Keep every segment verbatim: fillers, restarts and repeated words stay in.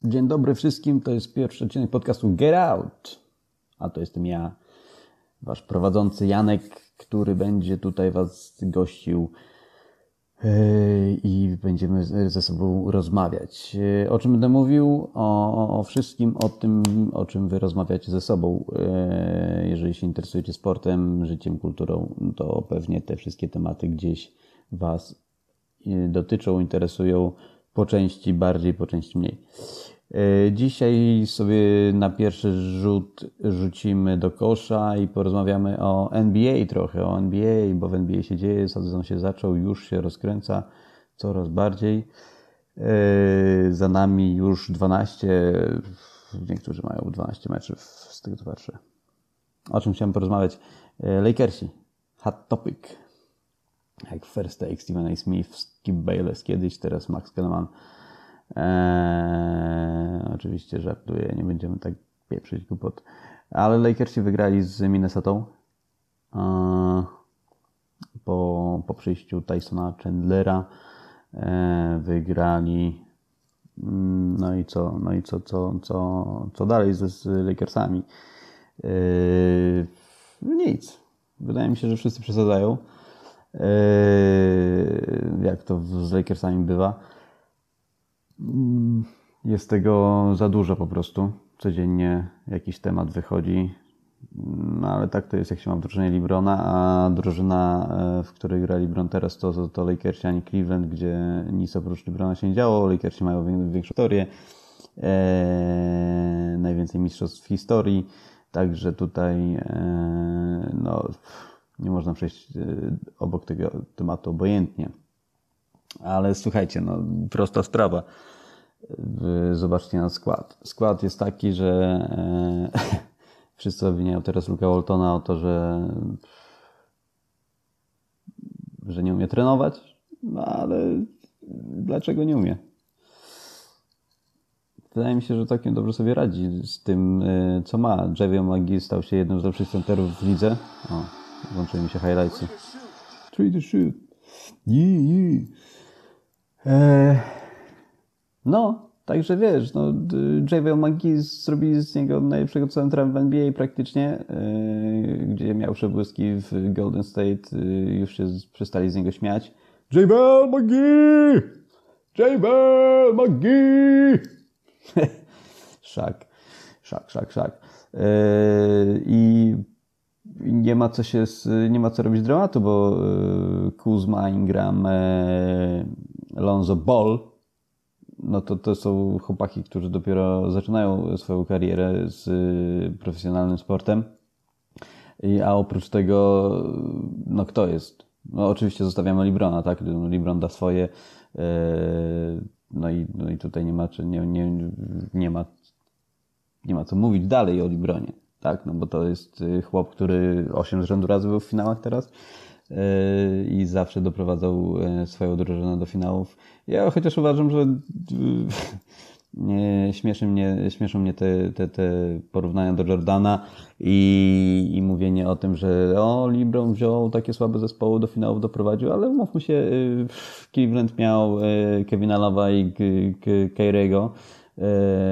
Dzień dobry wszystkim, to jest pierwszy odcinek podcastu Get Out. A to jestem ja, wasz prowadzący Janek, który będzie tutaj was gościł yy, i będziemy ze sobą rozmawiać. Yy, o czym będę mówił? O, o wszystkim, o tym, o czym wy rozmawiacie ze sobą. Yy, jeżeli się interesujecie sportem, życiem, kulturą, to pewnie te wszystkie tematy gdzieś was yy, dotyczą, interesują po części bardziej, po części mniej. Dzisiaj sobie na pierwszy rzut rzucimy do kosza i porozmawiamy o N B A trochę, o N B A, bo w N B A się dzieje, sezon się zaczął, już się rozkręca coraz bardziej. Za nami już dwanaście, niektórzy mają dwanaście meczów, z tego co patrzę. O czym chciałem porozmawiać? Lakersi, hot topic. Jak First Take, Stephen A. Smith, Skip Bayless kiedyś, teraz Max Kellerman. Eee, oczywiście żartuję, nie będziemy tak pieprzyć głupot. Ale Lakersi wygrali z Minnesotą eee, po, po przyjściu Tysona Chandlera. Eee, wygrali. No i co? No i co, co, co, co dalej z, z Lakersami? Eee, nic. Wydaje mi się, że wszyscy przesadzają. Eee, jak to z Lakersami bywa. Jest tego za dużo po prostu. Codziennie jakiś temat wychodzi. No ale tak to jest, jak się ma w drużynie LeBrona, a drużyna, w której gra LeBron teraz, to, to Lakersi, ani Cleveland, gdzie nic oprócz LeBrona się nie działo. Lakersi mają większą historię. Eee, najwięcej mistrzostw w historii. Także tutaj eee, no, nie można przejść obok tego tematu obojętnie. Ale słuchajcie, no prosta sprawa. Zobaczcie na skład. Skład jest taki, że e, wszyscy obwiniają teraz Luka Waltona o to, że że nie umie trenować. No ale dlaczego nie umie? Wydaje mi się, że całkiem dobrze sobie radzi z tym, co ma. JaVale McGee stał się jednym z lepszych centerów w lidze. O, włączyły mi się highlightsy. Three to shoot. Yeah, yeah. Eee, no, także wiesz, no, JaVale McGee zrobili z niego najlepszego centra w N B A praktycznie, eee, gdzie miał przebłyski w Golden State, eee, już się przestali z niego śmiać. JaVale McGee! JaVale McGee! Szak, szak, szak, szak. Eee, I nie ma co się, nie ma co robić dramatu, bo Kuzma, Ingram, Lonzo Ball, no to to są chłopaki, którzy dopiero zaczynają swoją karierę z profesjonalnym sportem. A oprócz tego, no kto jest? No oczywiście zostawiamy LeBrona, tak? LeBron da swoje, no i, no i tutaj nie ma, nie, nie, nie ma, nie ma co mówić dalej o LeBronie. Tak, no bo to jest chłop, który osiem z rzędu razy był w finałach teraz yy, i zawsze doprowadzał swoją drużynę do finałów. Ja chociaż uważam, że yy, nie, śmieszy mnie, śmieszą mnie te, te, te porównania do Jordana i, i mówienie o tym, że o, LeBron wziął takie słabe zespoły, do finałów doprowadził, ale mówmy się, yy, Cleveland miał yy, Kevina Love'a i Kyriego, yy,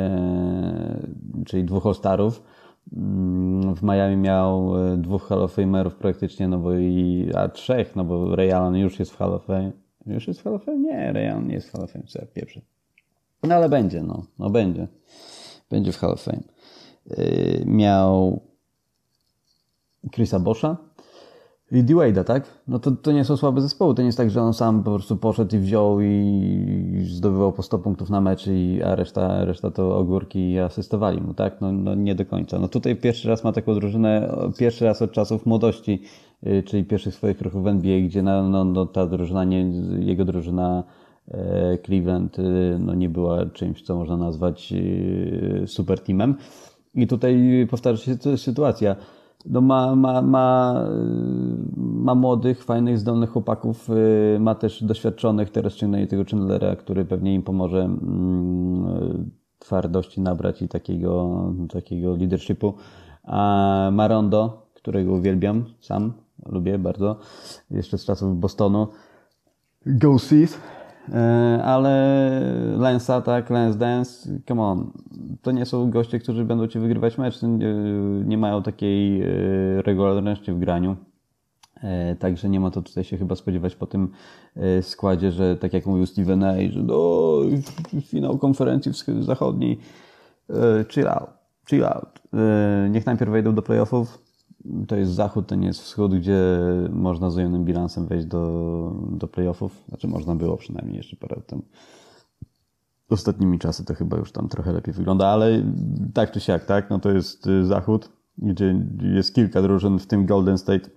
czyli dwóch All-Starów. W Miami miał dwóch Hall of Famerów praktycznie, no bo i, a trzech, no bo Ray Allen już jest w Hall of Fame. Już jest w Hall of Fame? Nie, Ray Allen nie jest w Hall of Fame, co ja pieprzę. No ale będzie, no, no będzie. Będzie w Hall of Fame. Yy, miał Chrisa Bosha i D-Wade'a, tak? No to, to nie są słabe zespoły. To nie jest tak, że on sam po prostu poszedł i wziął i zdobywał po sto punktów na mecz, i, a reszta, reszta to ogórki i asystowali mu, tak? No, no nie do końca. No tutaj pierwszy raz ma taką drużynę, pierwszy raz od czasów młodości, yy, czyli pierwszych swoich ruchów w N B A, gdzie no, no, no ta drużyna, nie, jego drużyna e, Cleveland e, no nie była czymś, co można nazwać e, super teamem. I tutaj powtarza się sytuacja. No ma, ma, ma, ma młodych, fajnych, zdolnych chłopaków, ma też doświadczonych, teraz ściągnęli tego Chandlera, który pewnie im pomoże mm, twardości nabrać i takiego, takiego leadershipu. A ma Rondo, którego uwielbiam sam, lubię bardzo, jeszcze z czasów Bostonu. Go Seas. ale Lance Attack, Lance Dance, come on, to nie są goście, którzy będą ci wygrywać mecz, nie, nie mają takiej regularności w graniu. Także nie ma to tutaj się chyba spodziewać po tym składzie, że tak jak mówił Steven A, że no, finał konferencji zachodniej, chill out, chill out. Niech najpierw wejdą do playoffów. To jest zachód, to nie jest wschód, gdzie można z ujemnym bilansem wejść do, do playoffów. Znaczy można było przynajmniej jeszcze parę lat temu. Ostatnimi czasy to chyba już tam trochę lepiej wygląda, ale tak czy siak, tak? No to jest zachód, gdzie jest kilka drużyn, w tym Golden State.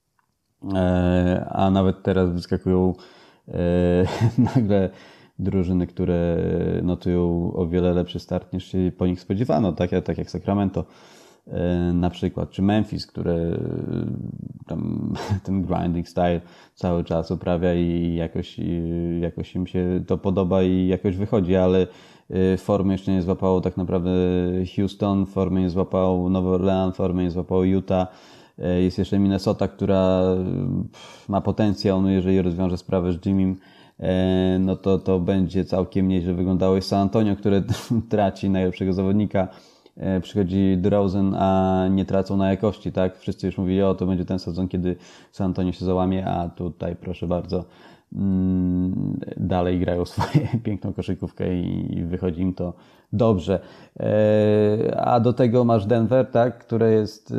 A nawet teraz wyskakują nagle drużyny, które notują o wiele lepszy start niż się po nich spodziewano, tak, tak jak Sacramento na przykład, czy Memphis, które tam ten grinding style cały czas uprawia i jakoś, jakoś im się to podoba i jakoś wychodzi, ale formy jeszcze nie złapało tak naprawdę Houston, formy nie złapał Nowy Orleans, formy nie złapał Utah. Jest jeszcze Minnesota, która ma potencjał, no jeżeli rozwiąże sprawę z Jimmym, no to to będzie całkiem nieźle wyglądało. Jest San Antonio, które traci najlepszego zawodnika. Przychodzi DeRozan, a nie tracą na jakości, tak? Wszyscy już mówili, o to będzie ten sezon, kiedy San Antonio się załamie, a tutaj proszę bardzo dalej grają swoją piękną koszykówkę i wychodzi im to dobrze. A do tego masz Denver, tak? Które jest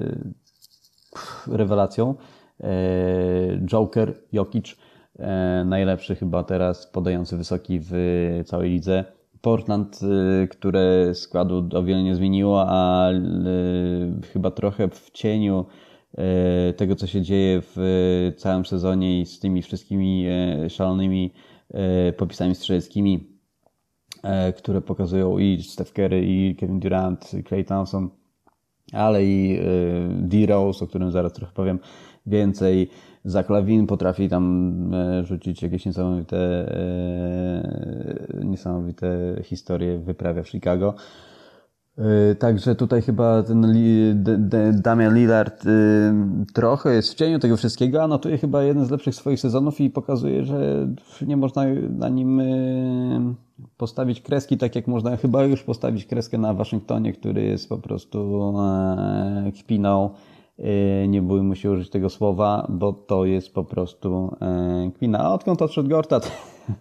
rewelacją. Joker, Jokic, najlepszy chyba teraz, podający wysoki w całej lidze. Portland, które składu o wiele nie zmieniło, a chyba trochę w cieniu tego, co się dzieje w całym sezonie i z tymi wszystkimi szalonymi popisami strzeleckimi, które pokazują i Steph Curry, i Kevin Durant, i Klay Thompson, ale i D-Rose, o którym zaraz trochę powiem więcej. Zach LaVine potrafi tam rzucić jakieś niesamowite, niesamowite historie, wyprawia w Chicago. Także tutaj chyba ten Damian Lillard trochę jest w cieniu tego wszystkiego, a notuje chyba jeden z lepszych swoich sezonów i pokazuje, że nie można na nim postawić kreski, tak jak można chyba już postawić kreskę na Waszyngtonie, który jest po prostu kpiną. Nie bójmy się użyć tego słowa, bo to jest po prostu kpina. A odkąd odszedł Gortat?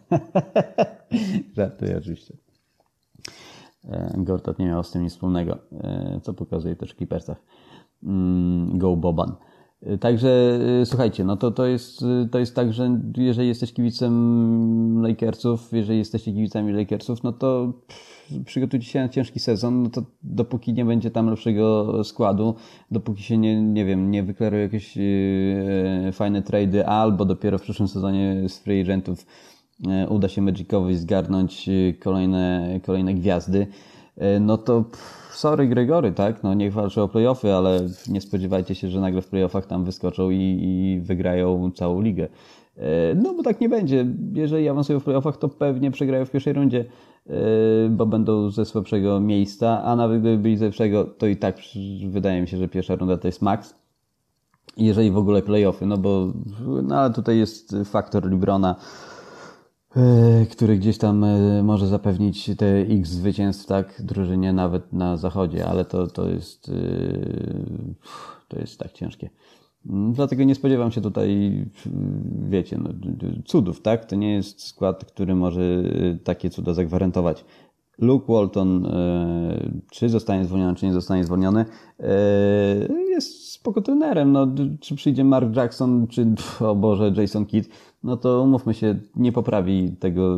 Żartuję oczywiście. Gortat nie miał z tym nic wspólnego, co pokazuje też w Clippersach. Go Boban. Także słuchajcie, no to, to, jest, to jest tak, że jeżeli jesteś kibicem Lakersów, jeżeli jesteście kibicami Lakersów, no to przygotujcie się na ciężki sezon, no to dopóki nie będzie tam lepszego składu, dopóki się nie, nie wiem, nie wyklarują jakieś fajne trady, albo dopiero w przyszłym sezonie z free agentów uda się Magicowi zgarnąć kolejne, kolejne gwiazdy, no to pff, sorry Gregory, tak? No niech walczy o playoffy, ale nie spodziewajcie się, że nagle w playoffach tam wyskoczą i, i wygrają całą ligę. No bo tak nie będzie. Jeżeli awansują w playoffach, to pewnie przegrają w pierwszej rundzie, bo będą ze słabszego miejsca, a nawet gdyby byli ze lepszego, to i tak wydaje mi się, że pierwsza runda to jest maks. Jeżeli w ogóle playoffy, no bo no ale tutaj jest faktor LeBrona, który gdzieś tam może zapewnić te X zwycięstw, tak, drużynie nawet na zachodzie, ale to, to jest to jest tak ciężkie. Dlatego nie spodziewam się tutaj, wiecie, no, cudów, tak? To nie jest skład, który może takie cuda zagwarantować. Luke Walton, czy zostanie zwolniony, czy nie zostanie zwolniony, jest spoko trenerem. No, czy przyjdzie Mark Jackson, czy, o Boże, Jason Kidd, no to umówmy się, nie poprawi tego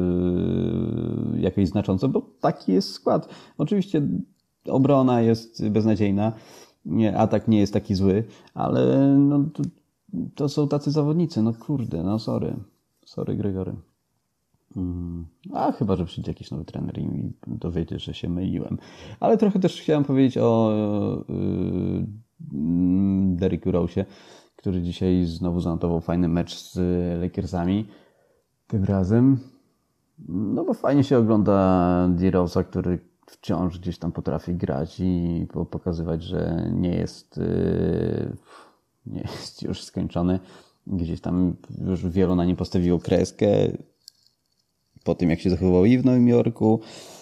jakoś znacząco, bo taki jest skład. Oczywiście obrona jest beznadziejna, nie, atak nie jest taki zły, ale no, to, to są tacy zawodnicy, no kurde, no sorry. Sorry, Gregory. Hmm. A chyba, że przyjdzie jakiś nowy trener i dowiecie, że się myliłem. Ale trochę też chciałem powiedzieć o yy, Derricku Rose'ie, który dzisiaj znowu zanotował fajny mecz z Lakersami. Tym razem. No bo fajnie się ogląda D-Rose'a, który wciąż gdzieś tam potrafi grać i pokazywać, że nie jest, yy, nie jest już skończony. Gdzieś tam już wielu na nim postawiło kreskę. po tym jak się zachowywał i w Nowym Jorku,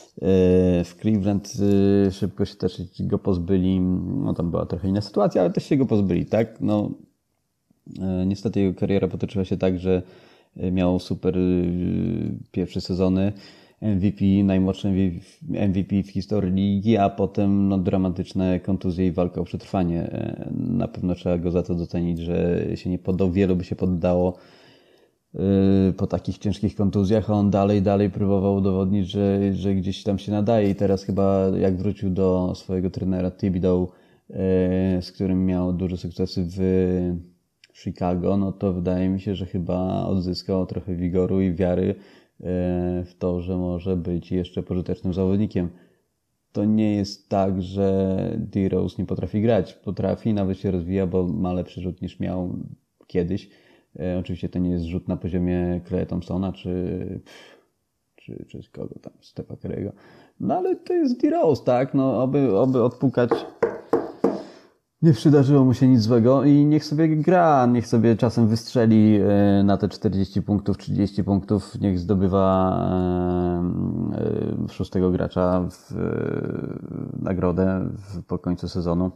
w Cleveland szybko się też go pozbyli, no tam była trochę inna sytuacja, ale też się go pozbyli, tak? No, niestety jego kariera potoczyła się tak, że miał super pierwsze sezony, M V P, najmłodszy M V P w historii ligi, a potem no, dramatyczne kontuzje i walka o przetrwanie. Na pewno trzeba go za to docenić, że się nie poddał, wielu by się poddało po takich ciężkich kontuzjach, a on dalej, dalej próbował udowodnić, że, że gdzieś tam się nadaje i teraz chyba jak wrócił do swojego trenera Thibodeau, z którym miał duże sukcesy w Chicago, no to wydaje mi się, że chyba odzyskał trochę wigoru i wiary w to, że może być jeszcze pożytecznym zawodnikiem. To nie jest tak, że D-Rose nie potrafi grać. Potrafi, nawet się rozwija, bo ma lepszy rzut niż miał kiedyś. Oczywiście to nie jest rzut na poziomie Klaya Thompsona, czy, czy, czy kogo tam, Stepa Curry'ego. No ale to jest D-Rose, tak? No oby, oby odpukać. Nie przydarzyło mu się nic złego i niech sobie gra, niech sobie czasem wystrzeli na te czterdzieści punktów, trzydzieści punktów, niech zdobywa szóstego gracza w nagrodę po końcu sezonu.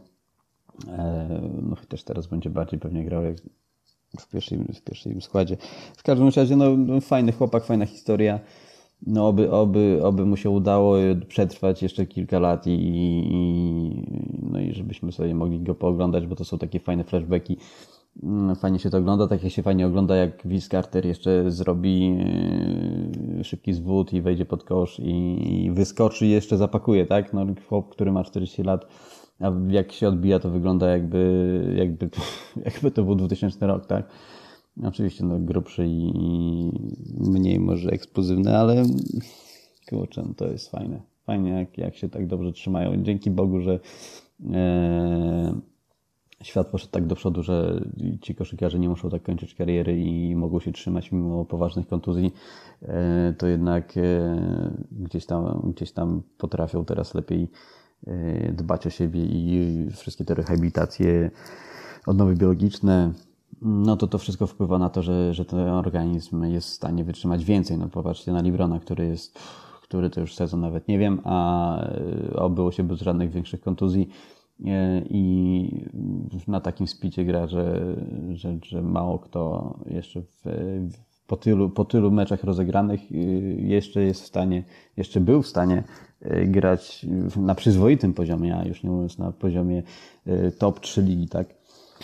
No chociaż teraz będzie bardziej pewnie grał jak w pierwszym, w pierwszym składzie. W każdym razie, no fajny chłopak, fajna historia. No oby, oby, oby mu się udało przetrwać jeszcze kilka lat i, i, no i żebyśmy sobie mogli go pooglądać, bo to są takie fajne flashbacki. Fajnie się to ogląda, tak jak się fajnie ogląda, jak Vince Carter jeszcze zrobi szybki zwód i wejdzie pod kosz i, i wyskoczy i jeszcze zapakuje, tak? No chłop, który ma czterdzieści lat, a jak się odbija, to wygląda jakby, jakby, jakby to był dwutysięczny rok, tak? Oczywiście no, grubszy i, i mniej może eksplozywny, ale kurczę, no, to jest fajne. Fajnie, jak, jak się tak dobrze trzymają. Dzięki Bogu, że e, świat poszedł tak do przodu, że ci koszykarze nie muszą tak kończyć kariery i mogą się trzymać mimo poważnych kontuzji. E, to jednak e, gdzieś tam, gdzieś tam potrafią teraz lepiej e, dbać o siebie i wszystkie te rehabilitacje, odnowy biologiczne, no to to wszystko wpływa na to, że, że ten organizm jest w stanie wytrzymać więcej. No popatrzcie na LeBrona, który jest, który to już sezon nawet nie wiem, a obyło się bez żadnych większych kontuzji i na takim spicie gra, że, że, że mało kto jeszcze w, po, tylu, po tylu meczach rozegranych jeszcze jest w stanie, jeszcze był w stanie grać na przyzwoitym poziomie, a już nie mówiąc na poziomie top trzy ligi, tak?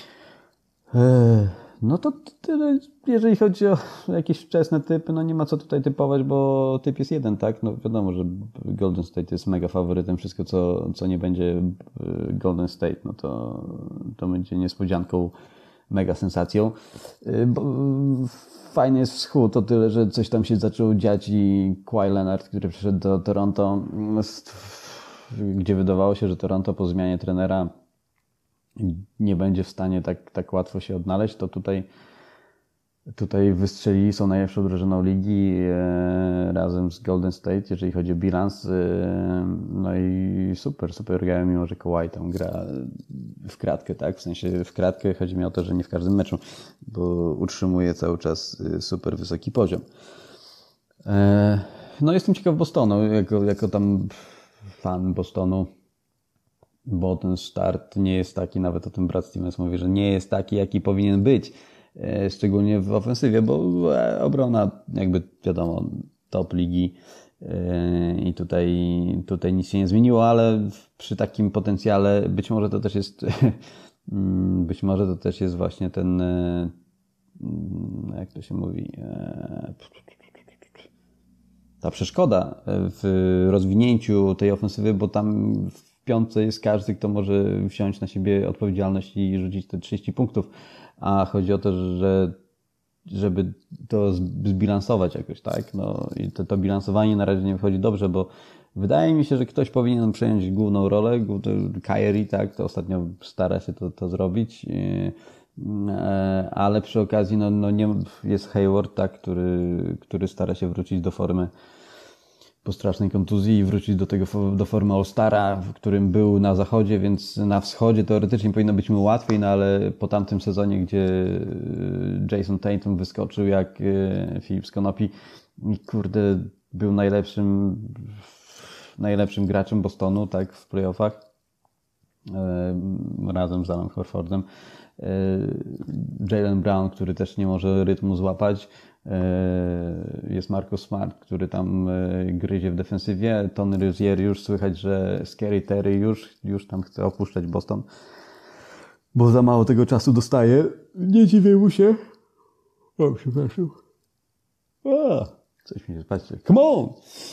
No to tyle, jeżeli chodzi o jakieś wczesne typy, no nie ma co tutaj typować, bo typ jest jeden, tak? No wiadomo, że Golden State jest mega faworytem, wszystko co, co nie będzie Golden State, no to, to będzie niespodzianką, mega sensacją. Bo fajny jest wschód, o tyle, że coś tam się zaczęło dziać i Kawhi Leonard, który przyszedł do Toronto, gdzie wydawało się, że Toronto po zmianie trenera nie będzie w stanie tak, tak łatwo się odnaleźć, to tutaj, tutaj wystrzelili, są najlepszą drużyną ligi e, razem z Golden State, jeżeli chodzi o bilans. E, no i super, super grają, mimo że Kawhi tam gra w kratkę, tak? W sensie w kratkę, chodzi mi o to, że nie w każdym meczu, bo utrzymuje cały czas super wysoki poziom. E, no jestem ciekaw Bostonu, jako, jako tam fan Bostonu, bo ten start nie jest taki, nawet o tym Brad Stevens mówi, że nie jest taki, jaki powinien być, szczególnie w ofensywie, bo obrona jakby wiadomo top ligi i tutaj, tutaj nic się nie zmieniło, ale przy takim potencjale być może to też jest być może to też jest właśnie ten, jak to się mówi, ta przeszkoda w rozwinięciu tej ofensywy, bo tam w piątce jest każdy, kto może wziąć na siebie odpowiedzialność i rzucić te trzydzieści punktów, a chodzi o to, że żeby to zbilansować jakoś, tak? No i to, to bilansowanie na razie nie wychodzi dobrze, bo wydaje mi się, że ktoś powinien przejąć główną rolę, Kyrie, tak? To ostatnio stara się to, to zrobić, ale przy okazji no, no nie, jest Hayward, tak? Który, który stara się wrócić do formy po strasznej kontuzji i wrócić do tego, do formy All-Stara, w którym był na zachodzie, więc na wschodzie teoretycznie powinno być mu łatwiej, no ale po tamtym sezonie, gdzie Jason Tatum wyskoczył jak Filip z Konopi, i kurde, był najlepszym najlepszym graczem Bostonu, tak, w playoffach, e, razem z Alem Horfordem. E, Jaylen Brown, który też nie może rytmu złapać. E, jest Marcus Smart, który tam e, gryzie w defensywie. Tony Rozier, już słychać, że Scary Terry już, już tam chce opuszczać Boston, bo za mało tego czasu dostaje. Nie dziwię mu się. O, przepraszam. A, coś mi się, patrzcie. Come on!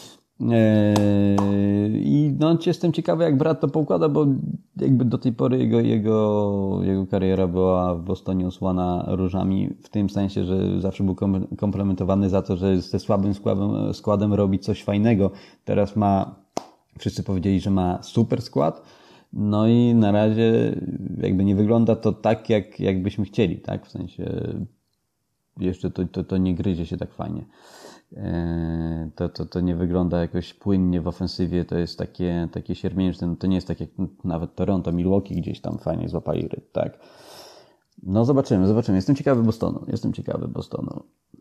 I no, jestem ciekawy, jak brat to poukłada, bo jakby do tej pory jego, jego, jego kariera była w Bostonie osłana różami, w tym sensie, że zawsze był komplementowany za to, że ze słabym składem, składem robi coś fajnego. Teraz ma, wszyscy powiedzieli, że ma super skład, no i na razie jakby nie wygląda to tak, jak, jak byśmy chcieli, tak? W sensie jeszcze to, to, to nie gryzie się tak fajnie. To, to, to nie wygląda jakoś płynnie w ofensywie, to jest takie, takie siermiężne, to nie jest tak jak nawet Toronto, Milwaukee gdzieś tam fajnie złapali rytm, tak? No zobaczymy, zobaczymy. Jestem ciekawy Bostonu, jestem ciekawy Bostonu.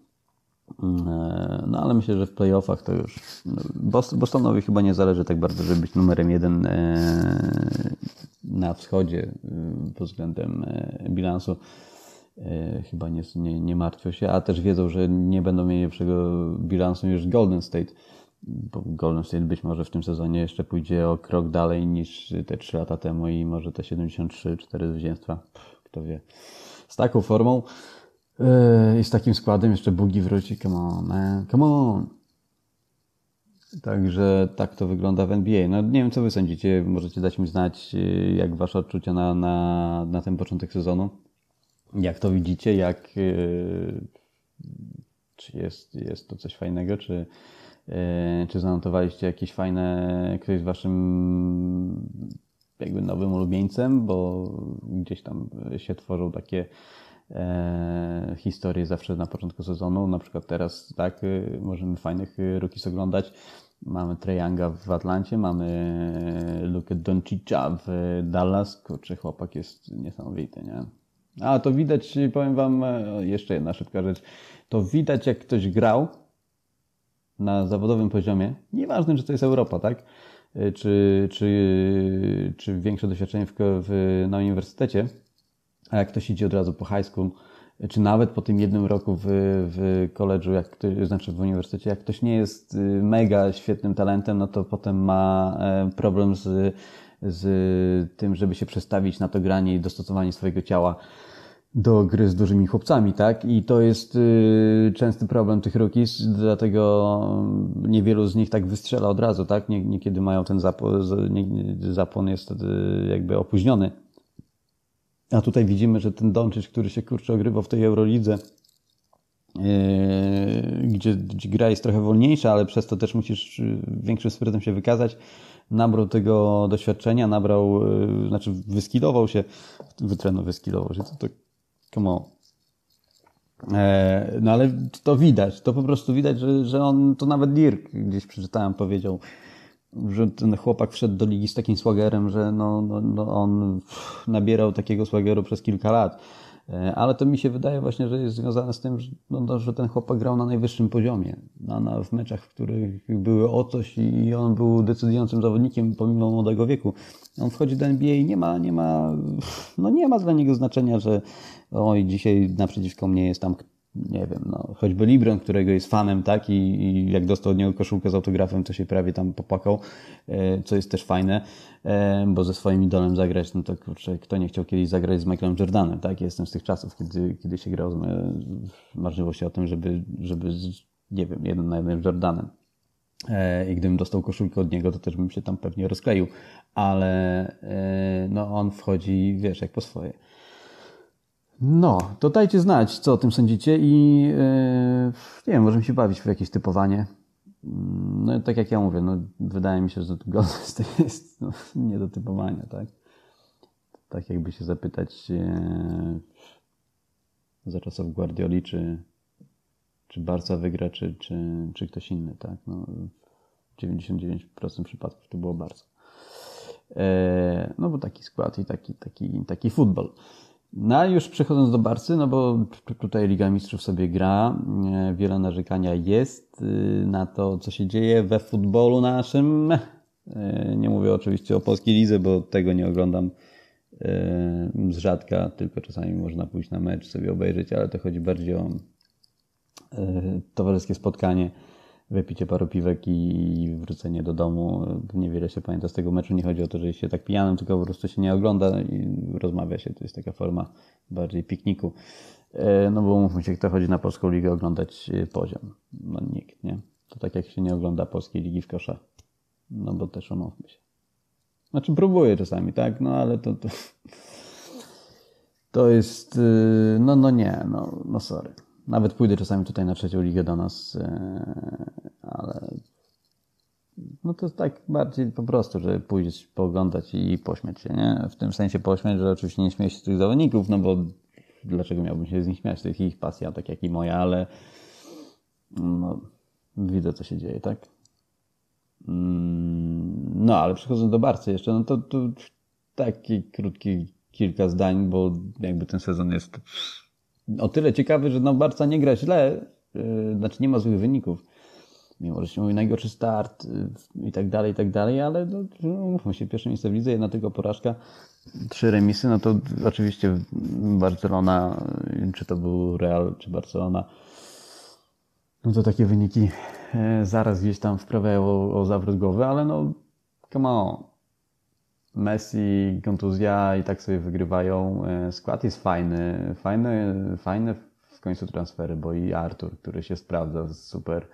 No ale myślę, że w playoffach to już Bostonowi chyba nie zależy tak bardzo, żeby być numerem jeden na wschodzie pod względem bilansu. Chyba nie, nie, nie martwią się, a też wiedzą, że nie będą mieli lepszego bilansu niż Golden State, bo Golden State być może w tym sezonie jeszcze pójdzie o krok dalej niż te trzy lata temu i może te siedemdziesiąt trzy cztery zwycięstwa, kto wie. Z taką formą yy, i z takim składem jeszcze Boogie wróci, come on man, come on. Także tak to wygląda w N B A. No nie wiem, co wy sądzicie, możecie dać mi znać, jak wasze odczucia na, na, na ten początek sezonu. Jak to widzicie? Jak, yy, czy jest, jest to coś fajnego? Czy, yy, czy zanotowaliście jakieś fajne, ktoś z waszym jakby nowym ulubieńcem? Bo gdzieś tam się tworzą takie yy, historie zawsze na początku sezonu. Na przykład teraz tak, yy, możemy fajnych rookies oglądać. Mamy Trae Younga w Atlancie, mamy Lukę Doncicza w Dallas. Kurczę, chłopak jest niesamowity, nie? A to widać, powiem wam, jeszcze jedna szybka rzecz, to widać, jak ktoś grał na zawodowym poziomie, nieważne, czy to jest Europa, tak, czy, czy, czy większe doświadczenie w, w, na uniwersytecie, a jak ktoś idzie od razu po high school, czy nawet po tym jednym roku w, w college'u, jak ktoś, znaczy w uniwersytecie, jak ktoś nie jest mega świetnym talentem, no to potem ma problem z, z tym, żeby się przestawić na to granie i dostosowanie swojego ciała do gry z dużymi chłopcami, tak? I to jest y, częsty problem tych rookies, dlatego niewielu z nich tak wystrzela od razu, tak? Nie, niekiedy mają ten zapłon, nie, zapłon jest y, jakby opóźniony. A tutaj widzimy, że ten Doncic, który się kurczę ogrywał w tej Eurolidze, yy, gdzie, gdzie gra jest trochę wolniejsza, ale przez to też musisz większym sprytem się wykazać, nabrał tego doświadczenia, nabrał, yy, znaczy wyskilował się, wytrenował, wyskilował się, to to come on. E, no ale to widać, to po prostu widać, że, że on, to nawet Dirk gdzieś przeczytałem, powiedział, że ten chłopak wszedł do ligi z takim swaggerem, że no, no, no on nabierał takiego swaggeru przez kilka lat. Ale to mi się wydaje właśnie, że jest związane z tym, że, no, że ten chłopak grał na najwyższym poziomie. Na, na, w meczach, w których były o coś i on był decydującym zawodnikiem pomimo młodego wieku. On wchodzi do N B A i nie ma, nie ma, no nie ma dla niego znaczenia, że oj, dzisiaj naprzeciwko mnie jest tam, nie wiem, no, choćby LeBron, którego jest fanem, tak, i, i jak dostał od niego koszulkę z autografem, to się prawie tam popłakał, e, co jest też fajne, e, bo ze swoim idolem zagrać, no to kurczę, kto nie chciał kiedyś zagrać z Michaelem Jordanem, tak, jestem z tych czasów, kiedy, kiedy się grał, z, marzyło się o tym, żeby, żeby z, nie wiem, jeden na jeden z Jordanem. E, I gdybym dostał koszulkę od niego, to też bym się tam pewnie rozkleił, ale e, no on wchodzi, wiesz, jak po swoje. No, to dajcie znać, co o tym sądzicie i yy, nie wiem, możemy się bawić w jakieś typowanie. No tak jak ja mówię, no wydaje mi się, że Golden State jest no, nie do typowania, tak? Tak jakby się zapytać yy, za czasów Guardioli, czy, czy Barca wygra, czy, czy, czy ktoś inny, tak? No, dziewięćdziesiąt dziewięć procent przypadków to było Barca. Yy, no bo taki skład i taki, taki, taki futbol. No a już przechodząc do Barcy, no bo tutaj Liga Mistrzów sobie gra, wiele narzekania jest na to, co się dzieje we futbolu naszym. Nie mówię oczywiście o polskiej lidze, bo tego nie oglądam z rzadka, tylko czasami można pójść na mecz, sobie obejrzeć, ale to chodzi bardziej o towarzyskie spotkanie, wypicie paru piwek i wrócenie do domu. Niewiele się pamięta z tego meczu. Nie chodzi o to, że jest się tak pijanym, tylko po prostu się nie ogląda i rozmawia się. To jest taka forma bardziej pikniku. No bo mówmy się, kto chodzi na polską ligę oglądać poziom? No nikt, nie? To tak jak się nie ogląda polskiej ligi w kosza. No bo też umówmy się. Znaczy próbuję czasami, tak? No ale to... to... To jest, no, no nie, no, no sorry. Nawet pójdę czasami tutaj na trzecią ligę do nas, ale no to tak bardziej po prostu, że pójść, pooglądać i pośmiać się, nie? W tym sensie pośmiać, że oczywiście nie śmieję się z tych zawodników, no bo dlaczego miałbym się z nich śmiać? To jest ich pasja, tak jak i moja, ale no, widzę, co się dzieje, tak? No, ale przechodząc do Barcy jeszcze, no to, to taki krótki kilka zdań, bo jakby ten sezon jest o tyle ciekawy, że no Barca nie gra źle, yy, znaczy nie ma złych wyników, mimo że się mówi najgorszy start yy, i tak dalej, i tak dalej, ale no, no, mówmy się, pierwsze miejsce w lidze, jedna tylko porażka, trzy remisy, no to oczywiście Barcelona, yy, czy to był Real, czy Barcelona, no to takie wyniki yy, zaraz gdzieś tam wprawiają o, o zawrót głowy, ale no come on. Messi, kontuzja i tak sobie wygrywają. Skład jest fajny, fajne, fajne w końcu transfery, bo i Artur, który się sprawdza, super.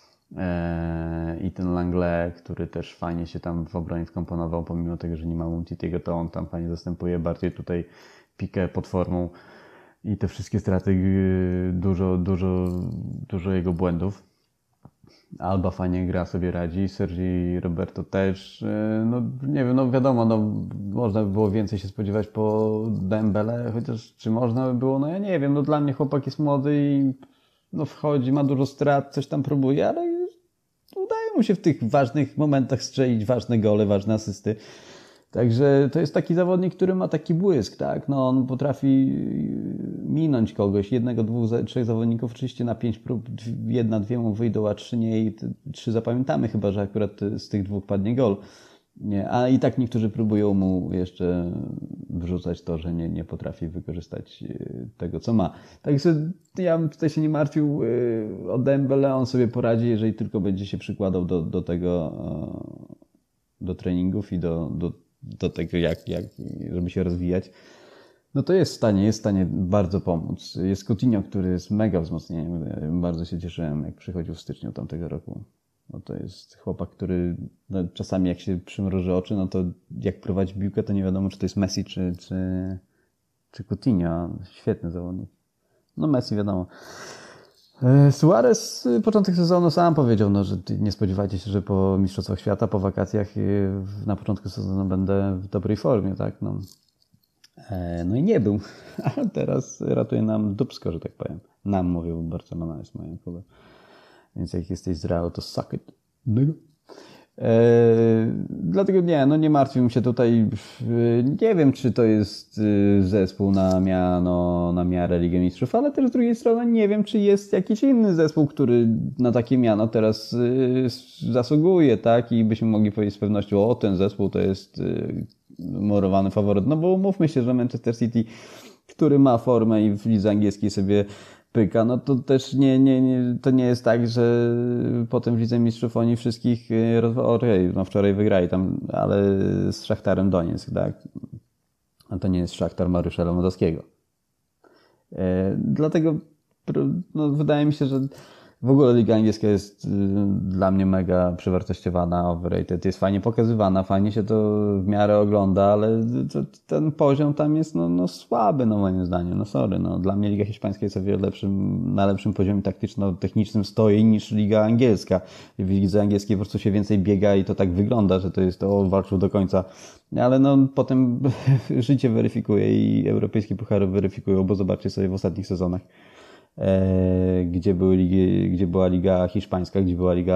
I ten Langlais, który też fajnie się tam w obronie wkomponował, pomimo tego, że nie ma Umtitiego, to on tam fajnie zastępuje, bardziej tutaj Piqué pod formą i te wszystkie straty, dużo, dużo, dużo jego błędów. Alba fajnie gra, sobie radzi, Sergi Roberto też, no nie wiem, no wiadomo, no można by było więcej się spodziewać po Dembele, chociaż czy można by było, no ja nie wiem, no dla mnie chłopak jest młody i no wchodzi, ma dużo strat, coś tam próbuje, ale udaje mu się w tych ważnych momentach strzelić ważne gole, ważne asysty. Także to jest taki zawodnik, który ma taki błysk, tak? No on potrafi minąć kogoś, jednego, dwóch, trzech zawodników, oczywiście na pięć prób, jedna, dwie mu wyjdą, a trzy nie i trzy zapamiętamy, chyba że akurat z tych dwóch padnie gol. Nie, a i tak niektórzy próbują mu jeszcze wrzucać to, że nie, nie potrafi wykorzystać tego, co ma. Także ja bym tutaj się nie martwił o Dembele, on sobie poradzi, jeżeli tylko będzie się przykładał do, do tego, do treningów i do, do do tego, jak, jak, żeby się rozwijać, no to jest w stanie, jest w stanie bardzo pomóc. Jest Coutinho, który jest mega wzmocnieniem. Bardzo się cieszyłem, jak przychodził w styczniu tamtego roku. No to jest chłopak, który no, czasami jak się przymruży oczy, no to jak prowadzi piłkę, to nie wiadomo, czy to jest Messi, czy, czy, czy Coutinho. Świetny zawodnik. No Messi wiadomo. Suarez początek sezonu sam powiedział, no, że nie spodziewajcie się, że po Mistrzostwach Świata, po wakacjach na początku sezonu będę w dobrej formie, tak? No, no i nie był, a teraz ratuje nam dupsko, że tak powiem. Nam mówię, bo Barcelona jest moim klubem. Więc jak jesteś z Realu, to suck it. Eee, dlatego nie, no nie martwię się tutaj. Nie wiem, czy to jest zespół na, miano, na miarę Ligi Mistrzów, ale też z drugiej strony nie wiem, czy jest jakiś inny zespół, który na takie miano teraz y, zasługuje, tak? I byśmy mogli powiedzieć z pewnością, o, ten zespół to jest y, murowany faworyt. No bo umówmy się, że Manchester City, który ma formę i w lidze angielskiej sobie pyka, no to też nie, nie, nie, to nie jest tak, że potem w Lidze Mistrzów oni wszystkich okej, okay, no wczoraj wygrali tam, ale z Szachtarem Donieck, tak? A to nie jest Szachtar Mariusza Lewandowskiego. E, dlatego no, wydaje mi się, że w ogóle Liga Angielska jest y, dla mnie mega przewartościowana, overrated, jest fajnie pokazywana, fajnie się to w miarę ogląda, ale to, ten poziom tam jest no, no słaby, no moim zdaniem, no sorry, no dla mnie Liga Hiszpańska jest o wiele lepszym, na lepszym poziomie taktyczno-technicznym stoi niż Liga Angielska. W Lidze Angielskiej po prostu się więcej biega i to tak wygląda, że to jest to walczył do końca, ale no potem życie weryfikuje i europejskie puchary weryfikują, bo zobaczcie sobie w ostatnich sezonach, gdzie, były ligi, gdzie była Liga Hiszpańska, gdzie była Liga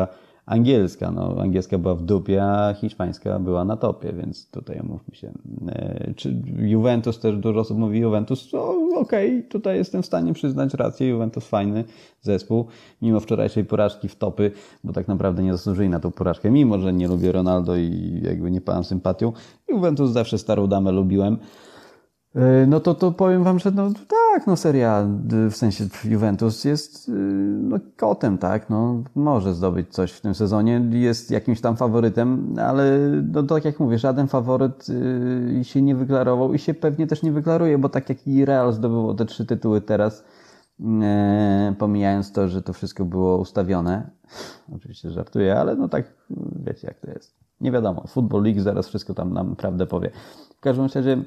angielska. No, angielska była w dupie, a hiszpańska była na topie, więc tutaj omówmy się. Czy Juventus, też dużo osób mówi Juventus, to okej, okay, tutaj jestem w stanie przyznać rację, Juventus fajny zespół, mimo wczorajszej porażki w topy, bo tak naprawdę nie zasłużyli na tą porażkę, mimo że nie lubię Ronaldo i jakby nie pałam sympatią. Juventus zawsze starą damę lubiłem. No to, to powiem wam, że no tak, no Serie A, w sensie Juventus jest no, kotem, tak, no może zdobyć coś w tym sezonie, jest jakimś tam faworytem, ale no tak jak mówię, żaden faworyt yy, się nie wyklarował i się pewnie też nie wyklaruje, bo tak jak i Real zdobyło te trzy tytuły teraz, yy, pomijając to, że to wszystko było ustawione, oczywiście żartuję, ale no tak wiecie jak to jest, nie wiadomo, Football League zaraz wszystko tam nam prawdę powie. W każdym razie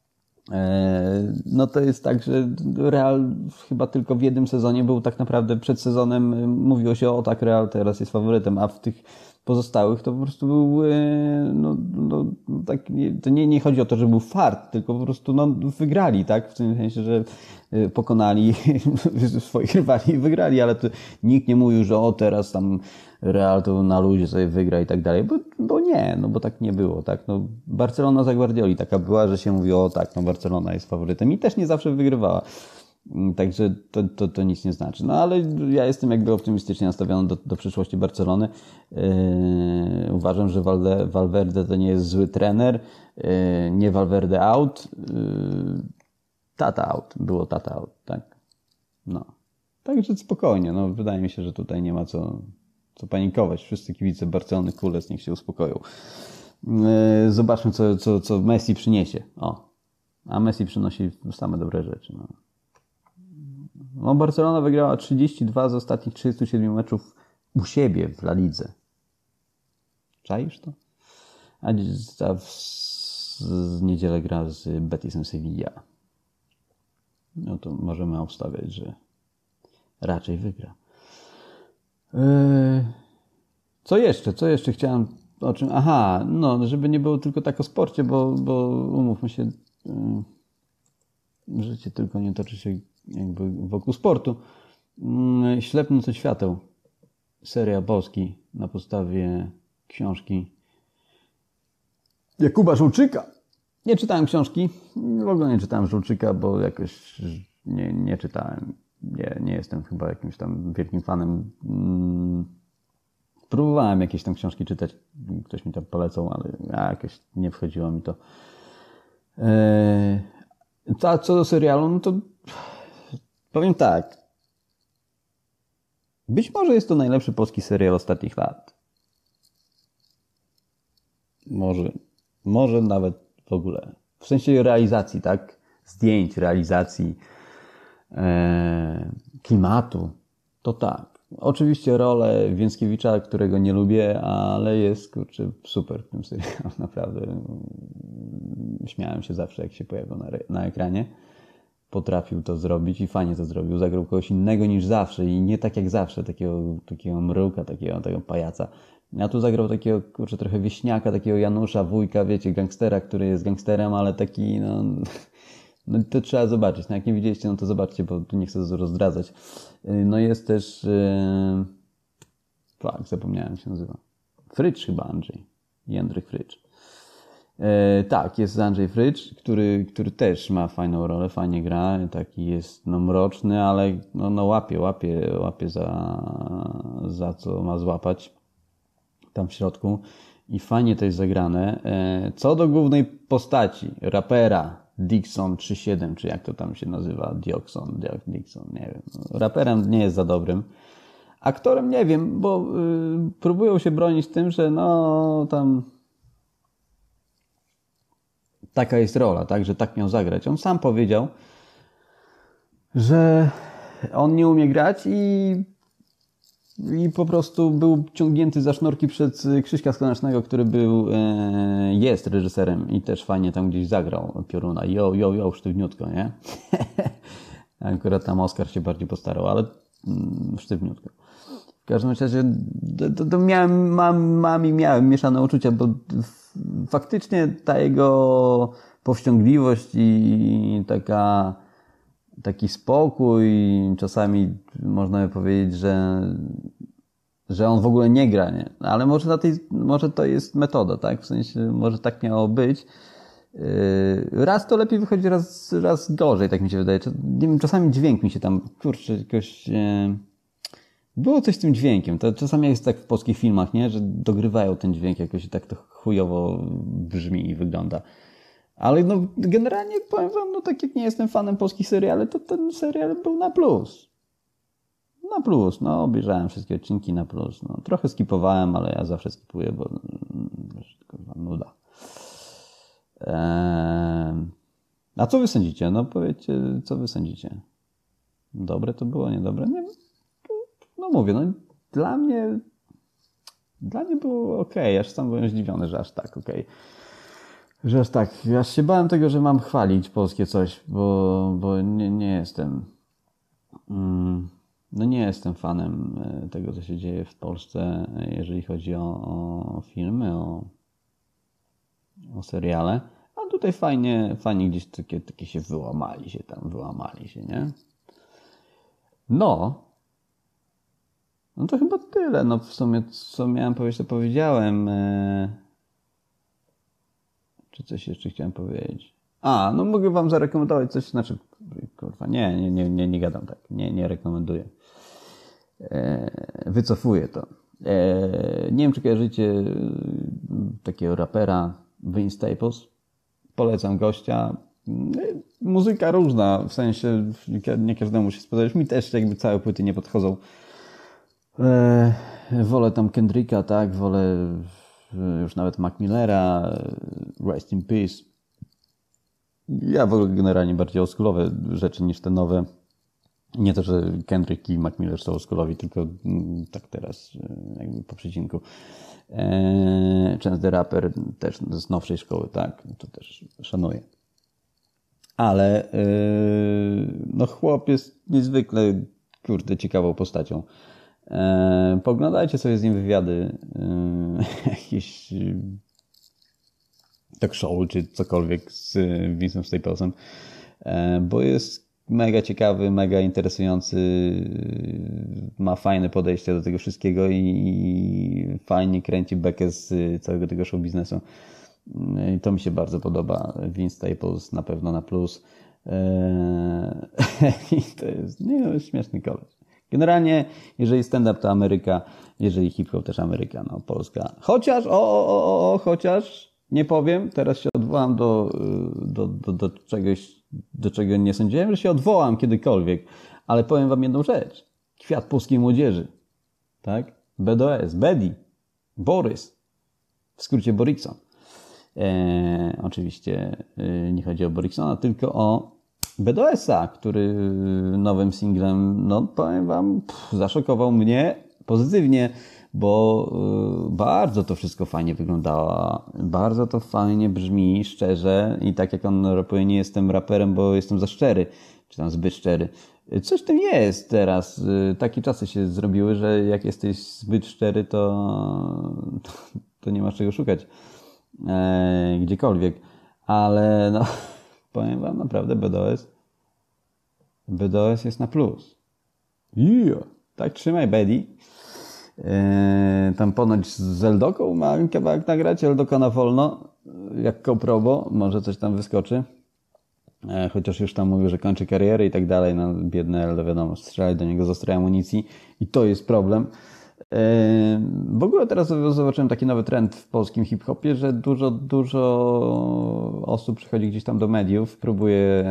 no to jest tak, że Real chyba tylko w jednym sezonie był tak naprawdę przed sezonem, mówiło się o tak, Real teraz jest faworytem, a w tych pozostałych to po prostu był, no, no tak, to nie, nie chodzi o to, że był fart, tylko po prostu no, wygrali, tak, w tym sensie, że pokonali swoich rywali i wygrali, ale to nikt nie mówił, że o teraz tam Real to na luzie sobie wygra i tak dalej, bo, bo nie, no bo tak nie było, tak, no Barcelona za Guardioli taka była, że się mówiło, o tak, no Barcelona jest faworytem i też nie zawsze wygrywała, także to, to, to nic nie znaczy, no ale ja jestem jakby optymistycznie nastawiony do, do przyszłości Barcelony, yy, uważam, że Valde, Valverde to nie jest zły trener, yy, nie Valverde out, yy, Tata out, było Tata out, tak, no, także spokojnie, no wydaje mi się, że tutaj nie ma co co panikować. Wszyscy kibice Barcelony Kules niech się uspokoją. Zobaczmy, co, co, co Messi przyniesie. O. A Messi przynosi same dobre rzeczy. No. No, Barcelona wygrała trzydzieści dwa z ostatnich trzydziestu siedmiu meczów u siebie w La Lidze. Czaisz to? A, a w, w niedzielę gra z Betisem Sevilla. No to możemy obstawiać, że raczej wygra. Co jeszcze? Co jeszcze chciałem o czym? Aha, no, żeby nie było tylko tak o sporcie, bo, bo umówmy się, życie tylko nie toczy się jakby wokół sportu. Ślepnące świateł. Seria Polski na podstawie książki Jakuba Żulczyka. Nie czytałem książki. W ogóle nie czytałem Żulczyka, bo jakoś nie, nie czytałem. Nie, nie jestem chyba jakimś tam wielkim fanem. Próbowałem jakieś tam książki czytać. Ktoś mi tam polecał, ale jakoś nie wchodziło mi to. A co do serialu, no to powiem tak. Być może jest to najlepszy polski serial ostatnich lat. Może. Może nawet w ogóle. W sensie realizacji, tak? Zdjęć, realizacji, e, klimatu. To tak. Oczywiście rolę Więckiewicza, którego nie lubię, ale jest, kurczę, super w tym serialu. Naprawdę. Śmiałem się zawsze, jak się pojawił na, na ekranie. Potrafił to zrobić i fajnie to zrobił. Zagrał kogoś innego niż zawsze i nie tak jak zawsze, takiego, takiego mruka, takiego, takiego pajaca. A tu zagrał takiego, kurczę, trochę wieśniaka, takiego Janusza, wujka, wiecie, gangstera, który jest gangsterem, ale taki, no, no to trzeba zobaczyć. No jak nie widzieliście, no to zobaczcie, bo tu nie chcę dużo zdradzać. No jest też, yy... tak, zapomniałem, się nazywa. Frycz chyba Andrzej. Jędryk Frycz. E, tak, jest Andrzej Frycz, który, który też ma fajną rolę, fajnie gra, taki jest no, mroczny, ale no, no łapie, łapie, łapie za, za co ma złapać tam w środku i fajnie to jest zagrane. E, co do głównej postaci, rapera Dixon trzydzieści siedem, czy jak to tam się nazywa, Dioxon, Dixon, nie wiem. Raperem nie jest za dobrym. Aktorem nie wiem, bo y, próbują się bronić tym, że no tam taka jest rola, tak, że tak miał zagrać. On sam powiedział, że on nie umie grać i, i po prostu był ciągnięty za sznurki przez Krzyśka Skonecznego, który był, e, jest reżyserem i też fajnie tam gdzieś zagrał Pioruna. Jo, jo, jo, sztywniutko, nie? Akurat tam Oskar się bardziej postarał, ale mm, sztywniutko. W każdym razie to, to miałem, mam, mam i miałem mieszane uczucia, bo faktycznie ta jego powściągliwość i taka, taki spokój, czasami można by powiedzieć, że że on w ogóle nie gra, nie? Ale może, na tej, może to jest metoda, tak? W sensie, może tak miało być. Raz to lepiej wychodzi, raz, raz gorzej, tak mi się wydaje. Nie wiem, czasami dźwięk mi się tam, kurczę, jakoś... Było coś z tym dźwiękiem. To czasami jest tak w polskich filmach, nie? Że dogrywają ten dźwięk jakoś i tak to chujowo brzmi i wygląda. Ale no, generalnie powiem wam, no tak jak nie jestem fanem polskich seriali, to ten serial był na plus. Na plus, no obejrzałem wszystkie odcinki na plus. No, trochę skipowałem, ale ja zawsze skipuję, bo kurwa, nuda. Eee, a co wy sądzicie? No powiedzcie, co wy sądzicie? Dobre to było, niedobre? Nie, no mówię, no dla mnie dla mnie było okej. Okay. Aż sam byłem zdziwiony, że aż tak okej. Okay. Że aż tak. Aż się bałem tego, że mam chwalić polskie coś, bo, bo nie, nie jestem mm, no nie jestem fanem tego, co się dzieje w Polsce, jeżeli chodzi o, o filmy, o, o seriale. A tutaj fajnie, fajnie gdzieś takie, takie się wyłamali się tam, wyłamali się, nie? No. No to chyba tyle. No w sumie, co miałem powiedzieć, to powiedziałem. Czy coś jeszcze chciałem powiedzieć? A, no mogę wam zarekomendować coś, znaczy, kurwa, nie, nie, nie, nie, nie gadam tak. Nie, nie rekomenduję. Wycofuję to. Nie wiem, czy kojarzycie takiego rapera Vince Staples. Polecam gościa. Muzyka różna, w sensie nie każdemu się spodobać. Mi też jakby całe płyty nie podchodzą. Wolę tam Kendricka, tak, wolę już nawet Mac Millera, Rest in Peace. Ja wolę generalnie bardziej oldschoolowe rzeczy niż te nowe. Nie to, że Kendrick i Mac Miller są oldschoolowi, tylko tak teraz jakby po przecinku. Chance the Rapper też z nowszej szkoły, tak, to też szanuję. Ale no chłop jest niezwykle, kurde, ciekawą postacią. Poglądajcie sobie z nim wywiady, jakieś talk show czy cokolwiek z Vince'em Staplesem, bo jest mega ciekawy, mega interesujący, ma fajne podejście do tego wszystkiego i fajnie kręci bekę z całego tego show biznesu. I to mi się bardzo podoba. Vince Staples na pewno na plus. I to jest, nie, no, śmieszny koleś. Generalnie, jeżeli stand-up to Ameryka, jeżeli hip-hop też Ameryka, no Polska. Chociaż, o, o, o, o, chociaż, nie powiem, teraz się odwołam do, do, do, do czegoś, do czego nie sądziłem, że się odwołam kiedykolwiek, ale powiem wam jedną rzecz. Kwiat polskiej młodzieży, tak? B D O S, Bedi, Borys, w skrócie Borikson. E, oczywiście e, nie chodzi o Boriksona, tylko o B D O S-a, który nowym singlem, no powiem wam, pff, zaszokował mnie pozytywnie, bo y, bardzo to wszystko fajnie wyglądało, bardzo to fajnie brzmi, szczerze i tak jak on rapuje, nie jestem raperem, bo jestem za szczery, czy tam zbyt szczery. Coś w tym jest teraz. Takie czasy się zrobiły, że jak jesteś zbyt szczery, to, to, to nie masz czego szukać e, gdziekolwiek. Ale no, powiem wam naprawdę, B D O S B D O S jest na plus. Yeah. Tak, trzymaj, Bedi. E, tam ponoć z Eldoką ma kawałek nagrać, Eldoka na wolno, jak koprobo, może coś tam wyskoczy. Chociaż już tam mówił, że kończy karierę i tak dalej, no biedny Eldo, wiadomo, strzelali do niego z ostrej amunicji i to jest problem. W ogóle teraz zobaczyłem taki nowy trend w polskim hip-hopie, że dużo, dużo osób przychodzi gdzieś tam do mediów, próbuje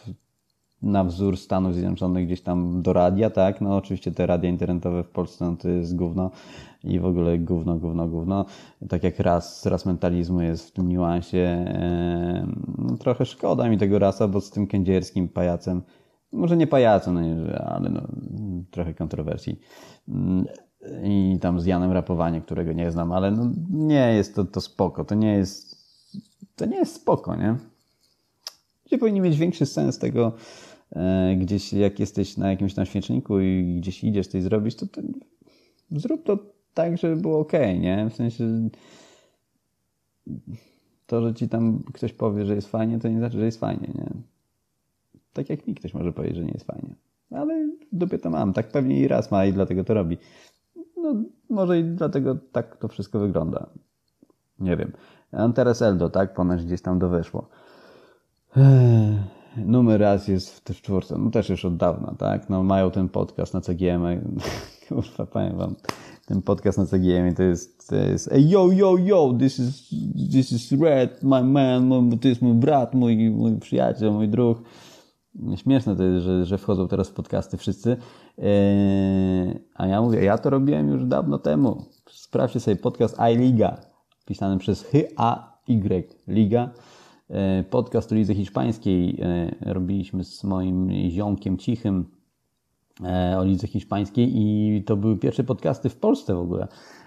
na wzór Stanów Zjednoczonych gdzieś tam do radia, tak? No oczywiście te radia internetowe w Polsce no to jest gówno i w ogóle gówno, gówno, gówno. Tak jak ras, ras mentalizmu jest w tym niuansie. No, trochę szkoda mi tego rasa, bo z tym kędzierskim pajacem, może nie pajacem, no nie, ale no, trochę kontrowersji. I tam z Janem Rapowanie, którego nie znam, ale no, nie jest to, to spoko. To nie jest, to nie jest spoko, nie? Gdzie powinni mieć większy sens tego, e, gdzieś jak jesteś na jakimś tam świeczniku i gdzieś idziesz coś zrobić, to, to zrób to tak, żeby było okej, nie? W sensie to, że ci tam ktoś powie, że jest fajnie, to nie znaczy, że jest fajnie, nie? Tak jak mi ktoś może powiedzieć, że nie jest fajnie. Ale w dupie to mam. Tak pewnie i raz ma i dlatego to robi. No, może i dlatego tak to wszystko wygląda. Nie wiem. Antares Eldo, tak? Ponoć gdzieś tam doweszło. Numer raz jest w, w czwórce. No też już od dawna, tak? No mają ten podcast na C G M. Kurwa, powiem wam. Ten podcast na C G M to jest, to jest hey, yo, yo, yo, this is, this is Red, my man, mój, to jest mój brat, mój, mój przyjaciel, mój druh. Śmieszne to jest, że, że wchodzą teraz w podcasty wszyscy. Eee, a ja mówię, ja to robiłem już dawno temu. Sprawdźcie sobie podcast iLiga, pisany przez H A Y Liga. Eee, podcast o lidze hiszpańskiej eee, robiliśmy z moim ziomkiem Cichym eee, o lidze hiszpańskiej i to były pierwsze podcasty w Polsce w ogóle.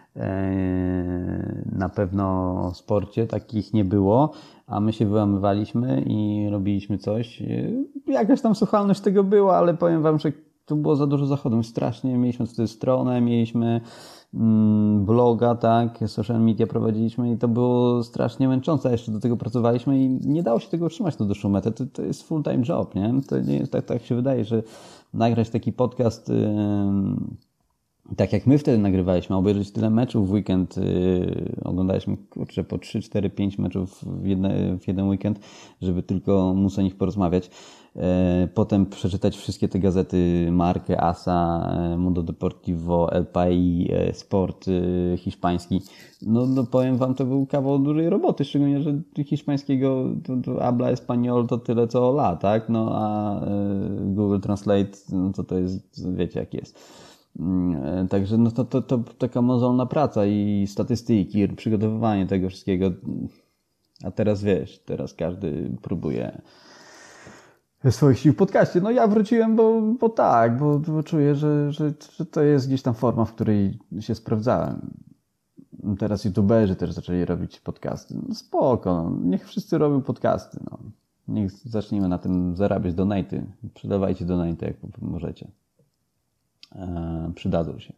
Na pewno o sporcie takich nie było, a my się wyłamywaliśmy i robiliśmy coś. Jakaś tam słuchalność tego była, ale powiem wam, że tu było za dużo zachodu. Strasznie mieliśmy tutaj stronę, mieliśmy bloga, tak, social media prowadziliśmy i to było strasznie męczące. Jeszcze do tego pracowaliśmy i nie dało się tego utrzymać na dłuższą metę. To, to jest full time job, nie? To nie jest tak, tak się wydaje, że nagrać taki podcast yy, tak jak my wtedy nagrywaliśmy, obejrzeć tyle meczów w weekend, yy, oglądaliśmy kurczę po trzy, cztery, pięć meczów w, jedne, w jeden weekend, żeby tylko móc o nich porozmawiać. Yy, potem przeczytać wszystkie te gazety Markę, Asa, yy, Mundo Deportivo, El País, yy, Sport yy, hiszpański. No, no powiem wam, to był kawał dużej roboty, szczególnie, że hiszpańskiego to, to habla español to tyle co la, tak? No a yy, Google Translate, no to to jest, wiecie jak jest. Także no to, to, to taka mozolna praca i statystyki, przygotowywanie tego wszystkiego. A teraz wiesz, teraz każdy próbuje swoich sił w podcaście. No ja wróciłem, bo, bo tak, bo, bo czuję, że, że, że to jest gdzieś tam forma, w której się sprawdzałem. Teraz youtuberzy też zaczęli robić podcasty. No spoko, no. Niech wszyscy robią podcasty. No. Niech zacznijmy na tym zarabiać donaty. Przydawajcie donaty, jak możecie. E, przydadzą się.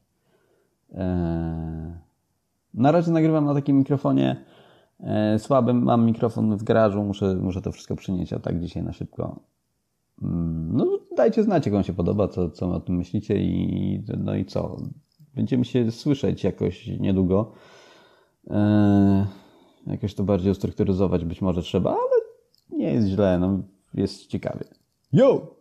E, na razie nagrywam na takim mikrofonie e, słabym. Mam mikrofon w garażu, muszę, muszę to wszystko przynieść, a tak dzisiaj na szybko. Mm, no dajcie znać, jak wam się podoba, co, co o tym myślicie i no i co. Będziemy się słyszeć jakoś niedługo. E, jakoś to bardziej ustrukturyzować być może trzeba, ale nie jest źle, no jest ciekawie. Yo!